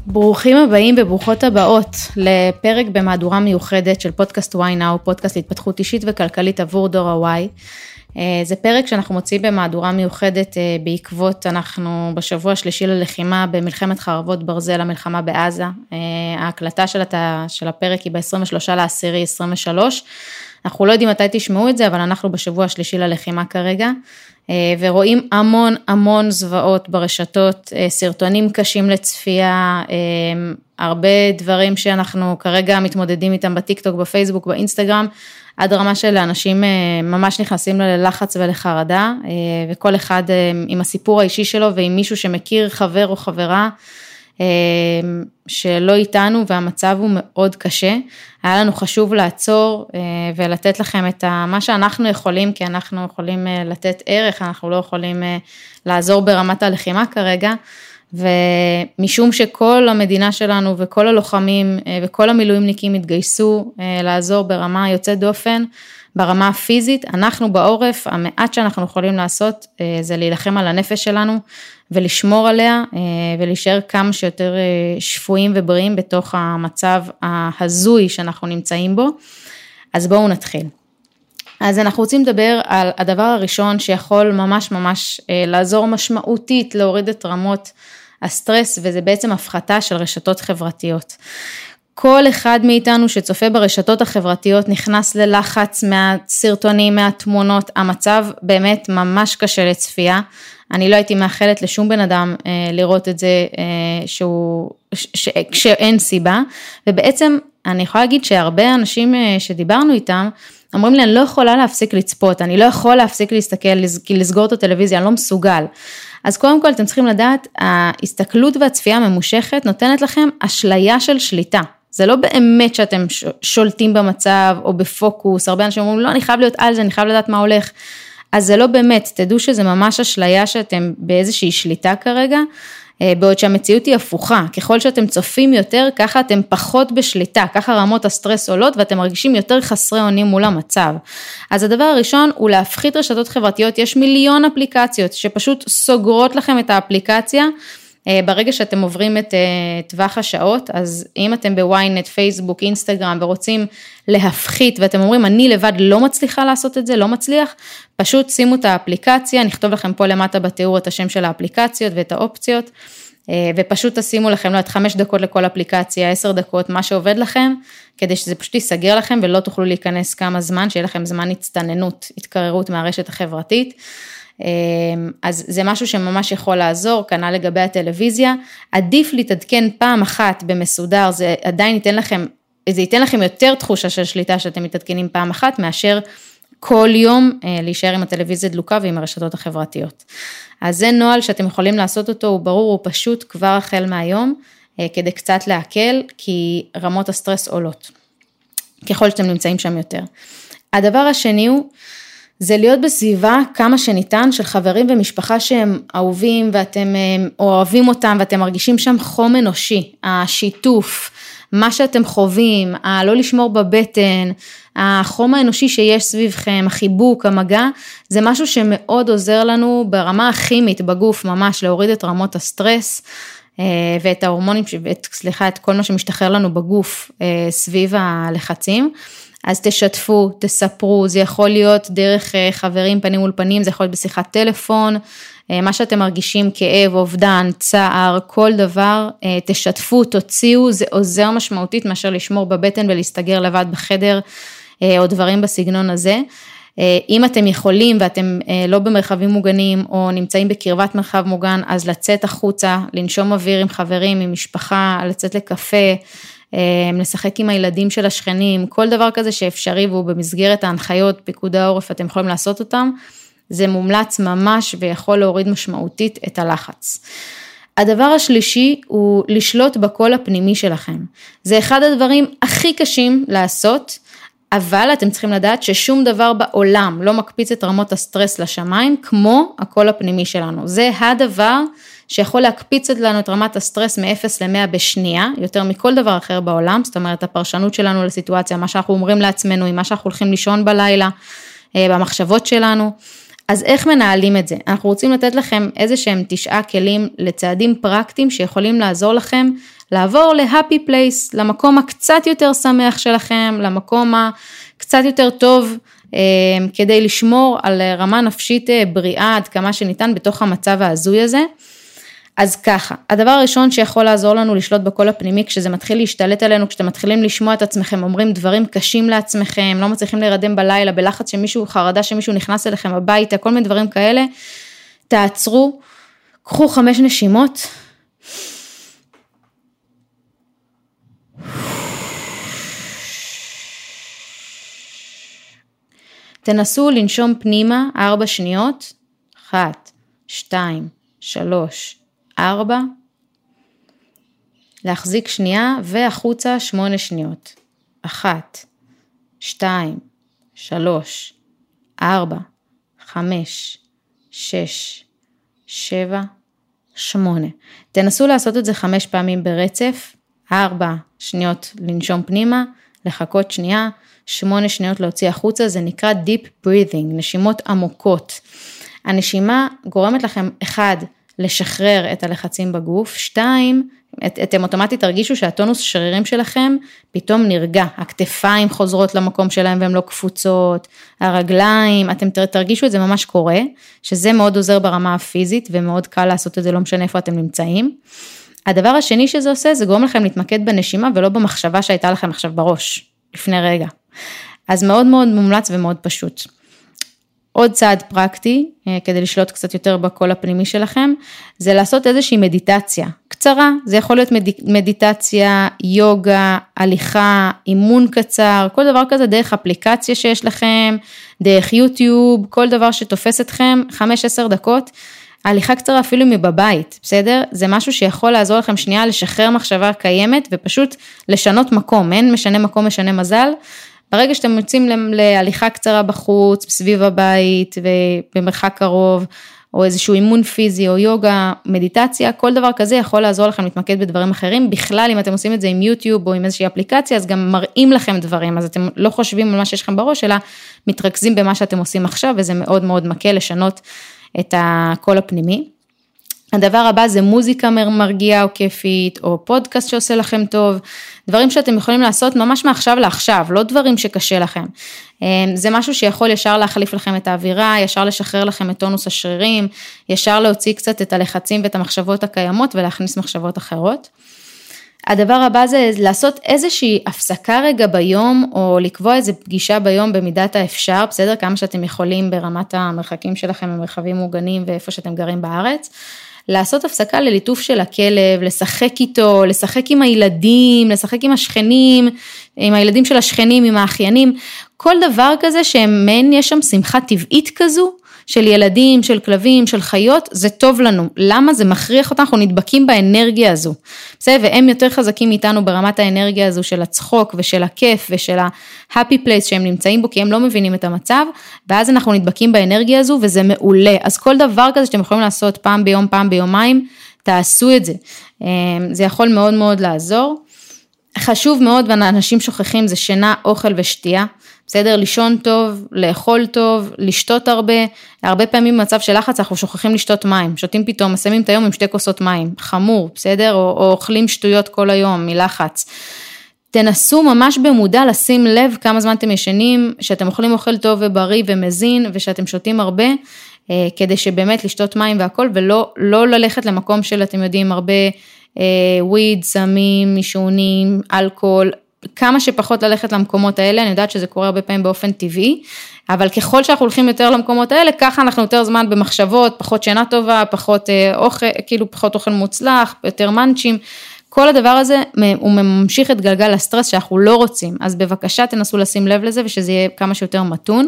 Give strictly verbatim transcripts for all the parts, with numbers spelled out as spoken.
ברוכים הבאים וברוכות הבאות לפרק במהדורה מיוחדת של פודקאסט וואי נאו, פודקאסט להתפתחות אישית וכלכלית עבור דור ה-Y. זה פרק שאנחנו מוציאים במהדורה מיוחדת בעקבות, אנחנו בשבוע השלישי ללחימה במלחמת חרבות ברזל, המלחמה בעזה. ההקלטה של, הת... של הפרק היא ב-עשרים ושלושה באוקטובר עשרים ושלוש. אנחנו לא יודעים מתי תשמעו את זה, אבל אנחנו בשבוע השלישי ללחימה כרגע, ורואים המון המון זוועות ברשתות, סרטונים קשים לצפייה, הרבה דברים שאנחנו כרגע מתמודדים איתם בטיקטוק, בפייסבוק, באינסטגרם, עד רמה של אנשים ממש נכנסים ללחץ ולחרדה, וכל אחד עם הסיפור האישי שלו, ועם מישהו שמכיר חבר או חברה, שלא איתנו, והמצב הוא מאוד קשה. היה לנו חשוב לעצור ולתת לכם את מה שאנחנו יכולים, כי אנחנו יכולים לתת ערך, אנחנו לא יכולים לעזור ברמת הלחימה כרגע, ומשום שכל המדינה שלנו וכל הלוחמים וכל המילואימניקים התגייסו לעזור ברמה יוצאת דופן, ברמה הפיזית, אנחנו בעורף, המעט שאנחנו יכולים לעשות זה להילחם על הנפש שלנו ולשמור עליה ולהישאר כמה שיותר שפויים ובריאים בתוך המצב ההזוי שאנחנו נמצאים בו. אז בואו נתחיל. אז אנחנו רוצים לדבר על הדבר הראשון שיכול ממש ממש לעזור משמעותית להוריד את רמות הסטרס, וזה בעצם הפחתה של רשתות חברתיות. כל אחד מאיתנו שצופה ברשתות החברתיות נכנס ללחץ מהסרטונים, מהתמונות, המצב באמת ממש קשה לצפייה. אני לא הייתי מאחלת לשום בן אדם אה, לראות את זה אה, שהוא, ש, ש, כשאין סיבה, ובעצם אני יכולה להגיד שהרבה אנשים אה, שדיברנו איתם, אומרים לי אני לא יכולה להפסיק לצפות, אני לא יכול להפסיק להסתכל, לסגור את הטלוויזיה, אני לא מסוגל. אז קודם כל אתם צריכים לדעת, ההסתכלות והצפייה הממושכת נותנת לכם אשליה של שליטה. זה לא באמת שאתם שולטים במצב או בפוקוס, הרבה אנשים אומרים, לא, אני חייב להיות על זה, אני חייב לדעת מה הולך, אז זה לא באמת, תדעו שזה ממש אשליה שאתם באיזושהי שליטה כרגע, בעוד שהמציאות היא הפוכה, ככל שאתם צופים יותר, ככה אתם פחות בשליטה, ככה רמות הסטרס עולות, ואתם מרגישים יותר חסרי אונים מול המצב. אז הדבר הראשון הוא להפחית רשתות חברתיות, יש מיליון אפליקציות שפשוט סוגרות לכם את האפליקציה, ברגע שאתם עוברים את טווח השעות, אז אם אתם בוויינט, פייסבוק, אינסטגרם, ורוצים להפחית, ואתם אומרים, אני לבד לא מצליחה לעשות את זה, לא מצליח, פשוט שימו את האפליקציה, נכתוב לכם פה למטה בתיאור את השם של האפליקציות ואת האופציות, ופשוט תשימו לכם, לא, את חמש דקות לכל אפליקציה, עשר דקות, מה שעובד לכם, כדי שזה פשוט ייסגר לכם, ולא תוכלו להיכנס כמה זמן, שיהיה לכם זמן הצטננות, התקררות מהרשת החברתית, אז זה משהו שממש יכול לעזור, כנ"ל לגבי הטלוויזיה, עדיף להתעדכן פעם אחת במסודר, זה עדיין ייתן לכם, זה ייתן לכם יותר תחושה של שליטה שאתם מתעדכנים פעם אחת, מאשר כל יום להישאר עם הטלוויזיה דלוקה ועם הרשתות החברתיות. אז זה נוהל שאתם יכולים לעשות אותו, הוא ברור, הוא פשוט כבר החל מהיום, כדי קצת להקל, כי רמות הסטרס עולות, ככל שאתם נמצאים שם יותר. הדבר השני הוא, זה להיות בסביבה כמה שניתן של חברים ומשפחה שהם אהובים ואתם אוהבים אותם ואתם מרגישים שם חום אנושי, השיתוף, מה שאתם חווים, הלא לשמור בבטן, החום האנושי שיש סביבכם, החיבוק, המגע, זה משהו שמאוד עוזר לנו ברמה הכימית בגוף ממש להוריד את רמות הסטרס ואת ההורמונים, ואת, סליחה, את כל מה שמשתחרר לנו בגוף סביב הלחצים. אז תשתפו, תספרו, זה יכול להיות דרך חברים פנים מול פנים, זה יכול להיות בשיחת טלפון, מה שאתם מרגישים כאב, אובדן, צער, כל דבר, תשתפו, תוציאו, זה עוזר משמעותית מאשר לשמור בבטן ולהסתגר לבד בחדר, או דברים בסגנון הזה. אם אתם יכולים ואתם לא במרחבים מוגנים, או נמצאים בקרבת מרחב מוגן, אז לצאת החוצה, לנשום אוויר עם חברים, עם משפחה, לצאת לקפה, לשחק עם הילדים של השכנים, כל דבר כזה שאפשרי, והוא במסגרת ההנחיות, פיקוד העורף, אתם יכולים לעשות אותם, זה מומלץ ממש, ויכול להוריד משמעותית את הלחץ. הדבר השלישי, הוא לשלוט בקול הפנימי שלכם. זה אחד הדברים הכי קשים לעשות, אבל אתם צריכים לדעת ששום דבר בעולם לא מקפיץ את רמות הסטרס לשמיים, כמו הקול הפנימי שלנו. זה הדבר שיכול להקפיץ לנו את רמת הסטרס מ-אפס ל-מאה בשנייה, יותר מכל דבר אחר בעולם, זאת אומרת, הפרשנות שלנו לסיטואציה, מה שאנחנו אומרים לעצמנו, עם מה שאנחנו הולכים לישון בלילה, במחשבות שלנו, אז איך מנהלים את זה? אנחנו רוצים לתת לכם איזה שהם תשעה כלים לצעדים פרקטיים, שיכולים לעזור לכם לעבור ל-happy place, למקום הקצת יותר שמח שלכם, למקום הקצת יותר טוב, כדי לשמור על רמה נפשית בריאה עד כמה שניתן בתוך המצב ההזוי הזה. אז ככה, הדבר הראשון שיכול לעזור לנו לשלוט בקול הפנימי, כשזה מתחיל להשתלט עלינו, כשאתם מתחילים לשמוע את עצמכם, אומרים דברים קשים לעצמכם, לא מצליחים להירדם בלילה, בלחץ שמישהו, חרדה שמישהו נכנס אליכם הביתה, כל מיני דברים כאלה, תעצרו, קחו חמש נשימות, תנסו לנשום פנימה ארבע שניות, אחת, שתיים, שלוש, ארבע, להחזיק שנייה והחוצה שמונה שניות, אחת, שתיים, שלוש, ארבע, חמש, שש, שבע, שמונה. תנסו לעשות את זה חמש פעמים ברצף, ארבע שניות לנשום פנימה, לחכות שנייה, שמונה שניות להוציא החוצה, זה נקרא deep breathing, נשימות עמוקות. הנשימה גורמת לכם, אחד, לשחרר את הלחצים בגוף, שתיים, את, אתם אוטומטית תרגישו שהטונוס שרירים שלכם פתאום נרגע, הכתפיים חוזרות למקום שלהם והן לא קפוצות, הרגליים, אתם תרגישו את זה ממש קורה, שזה מאוד עוזר ברמה הפיזית, ומאוד קל לעשות את זה, לא משנה איפה אתם נמצאים. הדבר השני שזה עושה, זה גורם לכם להתמקד בנשימה, ולא במחשבה שהייתה לכם עכשיו בראש, לפני רגע. אז מאוד מאוד מומלץ ומאוד פשוט. עוד צעד פרקטי, כדי לשלוט קצת יותר בקול הפנימי שלכם, זה לעשות איזושהי מדיטציה קצרה, זה יכול להיות מדיטציה, יוגה, הליכה, אימון קצר, כל דבר כזה דרך אפליקציה שיש לכם, דרך יוטיוב, כל דבר שתופס אתכם, חמש עשר דקות, הליכה קצרה אפילו מבבית, בסדר? זה משהו שיכול לעזור לכם שנייה לשחרר מחשבה קיימת, ופשוט לשנות מקום, אין משנה מקום, משנה מזל, ברגע שאתם יוצאים להליכה קצרה בחוץ, בסביב הבית ובמרחק קרוב, או איזשהו אימון פיזי או יוגה, מדיטציה, כל דבר כזה יכול לעזור לכם להתמקד בדברים אחרים, בכלל אם אתם עושים את זה עם יוטיוב או עם איזושהי אפליקציה, אז גם מראים לכם דברים, אז אתם לא חושבים על מה שיש לכם בראש, אלא מתרכזים במה שאתם עושים עכשיו, וזה מאוד מאוד מקל לשנות את הקול הפנימי. הדבר הבא זה מוזיקה מרגיעה או כיפית, או פודקאסט שעושה לכם טוב, דברים שאתם יכולים לעשות ממש מעכשיו לעכשיו, לא דברים שקשה לכם. זה משהו שיכול ישר להחליף לכם את האווירה, ישר לשחרר לכם את טונוס השרירים, ישר להוציא קצת את הלחצים ואת המחשבות הקיימות, ולהכניס מחשבות אחרות. הדבר הבא זה לעשות איזושהי הפסקה רגע ביום, או לקבוע איזו פגישה ביום במידת האפשר, בסדר? כמה שאתם יכולים ברמת המרחקים שלכם, המרחבים מוגנים ואיפה שאתם גרים בארץ, לעשות הפסקה לליטוף של הכלב, לשחק איתו, לשחק עם הילדים, לשחק עם השכנים, עם הילדים של השכנים, עם האחיינים, כל דבר כזה שמעין יש שם שמחה טבעית כזו, של ילדים, של כלבים, של חיות, זה טוב לנו. למה? זה מכריח אותנו, אנחנו נדבקים באנרגיה הזו. בסדר? והם יותר חזקים מאיתנו ברמת האנרגיה הזו של הצחוק ושל הכיף ושל ה-happy place שהם נמצאים בו, כי הם לא מבינים את המצב, ואז אנחנו נדבקים באנרגיה הזו, וזה מעולה. אז כל דבר כזה שאתם יכולים לעשות פעם ביום, פעם ביומיים, תעשו את זה. זה יכול מאוד מאוד לעזור. חשוב מאוד, ואנשים שוכחים, זה שינה, אוכל ושתייה. בסדר, לישון טוב, לאכול טוב, לשתות הרבה, הרבה פעמים במצב של לחץ אנחנו שוכחים לשתות מים, שותים פתאום, מסיימים את היום עם שתי כוסות מים, חמור, בסדר, או, או אוכלים שטויות כל היום מלחץ. תנסו ממש במודע לשים לב כמה זמן אתם ישנים, שאתם אוכלים אוכל טוב ובריא ומזין, ושאתם שותים הרבה, אה, כדי שבאמת לשתות מים והכל, ולא לא ללכת למקום של, אתם יודעים, הרבה אה, וויד, סמים, מישונים, אלכוהול, כמה שפחות ללכת למקומות האלה, אני יודעת שזה קורה הרבה פעמים באופן טבעי, אבל ככל שאנחנו הולכים יותר למקומות האלה, ככה אנחנו יותר זמן במחשבות, פחות שינה טובה, פחות אוכל, כאילו פחות אוכל מוצלח, יותר מנצ'ים, כל הדבר הזה הוא ממשיך את גלגל הסטרס שאנחנו לא רוצים, אז בבקשה תנסו לשים לב לזה, ושזה יהיה כמה שיותר מתון.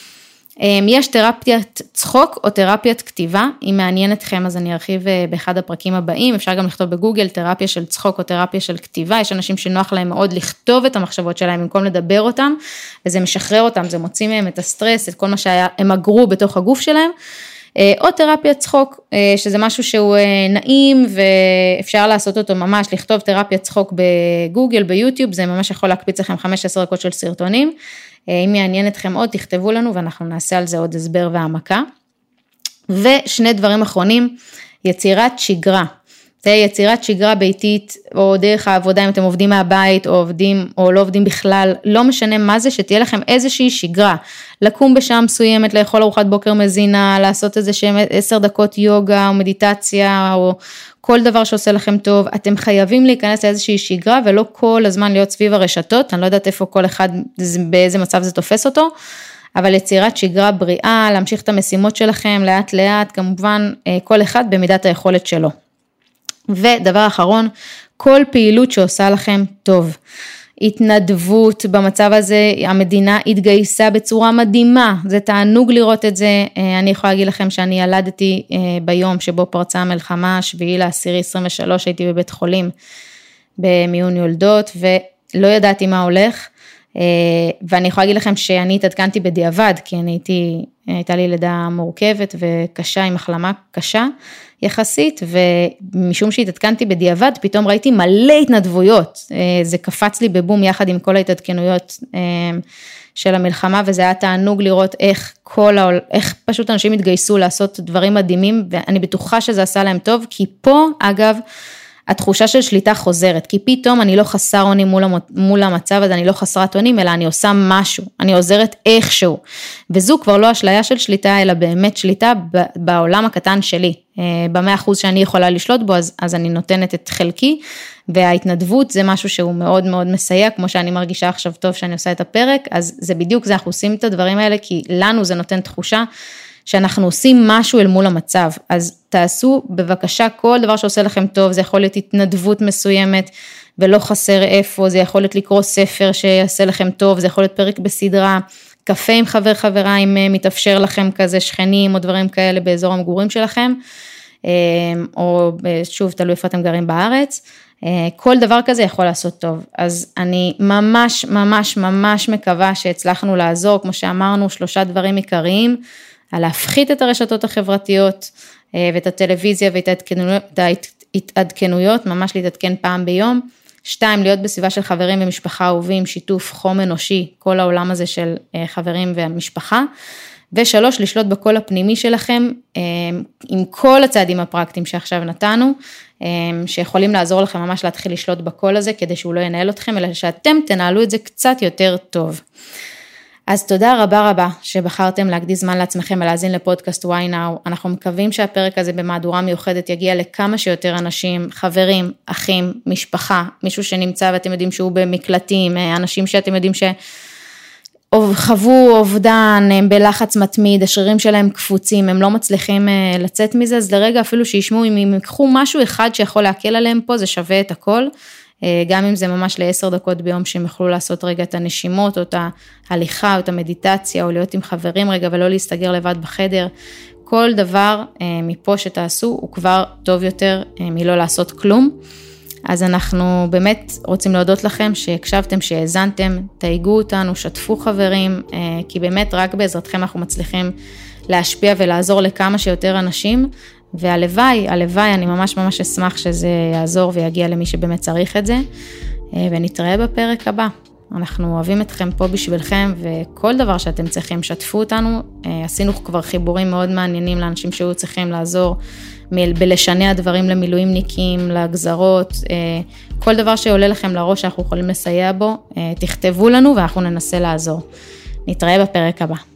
יש תרפיית צחוק או תרפיית כתיבה, אם מעניין אתכם אז אני ארחיב באחד הפרקים הבאים, אפשר גם לכתוב בגוגל תרפיה של צחוק או תרפיה של כתיבה, יש אנשים שנוח להם מאוד לכתוב את המחשבות שלהם במקום לדבר אותם, וזה משחרר אותם, זה מוציא מהם את הסטרס, את כל מה שהם אגרו בתוך הגוף שלהם, או תרפיית צחוק, שזה משהו שהוא נעים ואפשר לעשות אותו ממש, לכתוב תרפיית צחוק בגוגל, ביוטיוב, זה ממש יכול להקפיץ לכם חמש עשרה דקות של סרטונים, אם יעניין אתכם עוד, תכתבו לנו ואנחנו נעשה על זה עוד הסבר והעמקה. ושני דברים אחרונים, יצירת שגרה. זה יצירת שגרה ביתית, או דרך העבודה, אם אתם עובדים מהבית, או עובדים, או לא עובדים בכלל, לא משנה מה זה, שתהיה לכם איזושהי שגרה, לקום בשעה מסוימת, לאכול ארוחת בוקר מזינה, לעשות איזה שהם עשר דקות יוגה, או מדיטציה, או כל דבר שעושה לכם טוב, אתם חייבים להיכנס לאיזושהי שגרה, ולא כל הזמן להיות סביב הרשתות, אני לא יודעת איפה כל אחד, באיזה מצב זה תופס אותו, אבל יצירת שגרה בריאה, להמשיך את המשימות שלכם, לאט לאט, כמובן, כל אחד במידת היכולת שלו. ודבר אחרון, כל פעילות שעושה לכם טוב. התנדבות במצב הזה, המדינה התגייסה בצורה מדהימה, זה תענוג לראות את זה, אני יכולה להגיד לכם שאני ילדתי ביום שבו פרצה המלחמה, שביעי לעשירי עשרים ושלוש, הייתי בבית חולים במיון יולדות, ולא ידעתי מה הולך, ואני יכולה להגיד לכם שאני התעדכנתי בדיעבד, כי אני הייתי, הייתה לי לידה מורכבת וקשה, עם החלמה קשה יחסית, ומשום שהתעדכנתי בדיעבד, פתאום ראיתי מלא התנדבויות, זה קפץ לי בבום יחד עם כל ההתעדכנויות של המלחמה, וזה היה תענוג לראות איך כל העול, איך פשוט אנשים התגייסו לעשות דברים מדהימים, ואני בטוחה שזה עשה להם טוב, כי פה אגב, התחושה של שליטה חוזרת, כי פתאום אני לא חסר אונים מול, מול המצב, אז אני לא חסרת אונים, אלא אני עושה משהו, אני עוזרת איכשהו, וזו כבר לא אשליה של שליטה, אלא באמת שליטה בעולם הקטן שלי, במאה אחוז שאני יכולה לשלוט בו, אז, אז אני נותנת את חלקי, וההתנדבות זה משהו שהוא מאוד מאוד מסייע, כמו שאני מרגישה עכשיו טוב שאני עושה את הפרק, אז זה בדיוק זה, אנחנו עושים את הדברים האלה, כי לנו זה נותן תחושה, שאנחנו עושים משהו אל מול המצב, אז תעשו בבקשה כל דבר שעושה לכם טוב, זה יכול להיות התנדבות מסוימת, ולא חסר איפה, זה יכול להיות לקרוא ספר שיעשה לכם טוב, זה יכול להיות פרק בסדרה, קפה עם חבר חברה, אם מתאפשר לכם כזה שכנים, או דברים כאלה באזור המגורים שלכם, או שוב, תלוי איפה אתם גרים בארץ, כל דבר כזה יכול לעשות טוב, אז אני ממש ממש ממש מקווה שהצלחנו לעזור, כמו שאמרנו, שלושה דברים עיקריים, על להפחית את הרשתות החברתיות, ואת הטלוויזיה ואת ההתעדכנויות, ממש להתעדכן פעם ביום, שתיים, להיות בסביבה של חברים ומשפחה אהובים, שיתוף חום אנושי, כל העולם הזה של חברים והמשפחה, ושלוש, לשלוט בכל הפנימי שלכם, עם כל הצעדים הפרקטיים שעכשיו נתנו, שיכולים לעזור לכם ממש להתחיל לשלוט בכל הזה, כדי שהוא לא ינהל אתכם, אלא שאתם תנהלו את זה קצת יותר טוב. אז תודה רבה רבה שבחרתם להקדיש זמן לעצמכם ולהאזין לפודקאסט Why Now. אנחנו מקווים שהפרק הזה במהדורה מיוחדת יגיע לכמה שיותר אנשים, חברים, אחים, משפחה, מישהו שנמצא ואתם יודעים שהוא במקלטים, אנשים שאתם יודעים שחוו אובדן, הם בלחץ מתמיד, השרירים שלהם קפוצים, הם לא מצליחים לצאת מזה, אז לרגע אפילו שישמעו, אם הם יקחו משהו אחד שיכול להקל עליהם פה, זה שווה את הכל. גם אם זה ממש לעשר דקות ביום שהם יוכלו לעשות רגע את הנשימות, או את ההליכה, או את המדיטציה, או להיות עם חברים רגע, ולא להסתגר לבד בחדר, כל דבר מפה שתעשו, הוא כבר טוב יותר מלא לעשות כלום, אז אנחנו באמת רוצים להודות לכם, שהקשבתם, שהאזנתם, תייגו אותנו, שתפו חברים, כי באמת רק בעזרתכם אנחנו מצליחים להשפיע ולעזור לכמה שיותר אנשים, והלוואי, הלוואי, אני ממש ממש אשמח שזה יעזור ויגיע למי שבאמת צריך את זה, ונתראה בפרק הבא. אנחנו אוהבים אתכם פה בשבילכם, וכל דבר שאתם צריכים, שתפו אותנו, עשינו כבר חיבורים מאוד מעניינים לאנשים שהיו צריכים לעזור, בלשנע הדברים למילואימניקים, להגזרות, כל דבר שעולה לכם לראש שאנחנו יכולים לסייע בו, תכתבו לנו ואנחנו ננסה לעזור. נתראה בפרק הבא.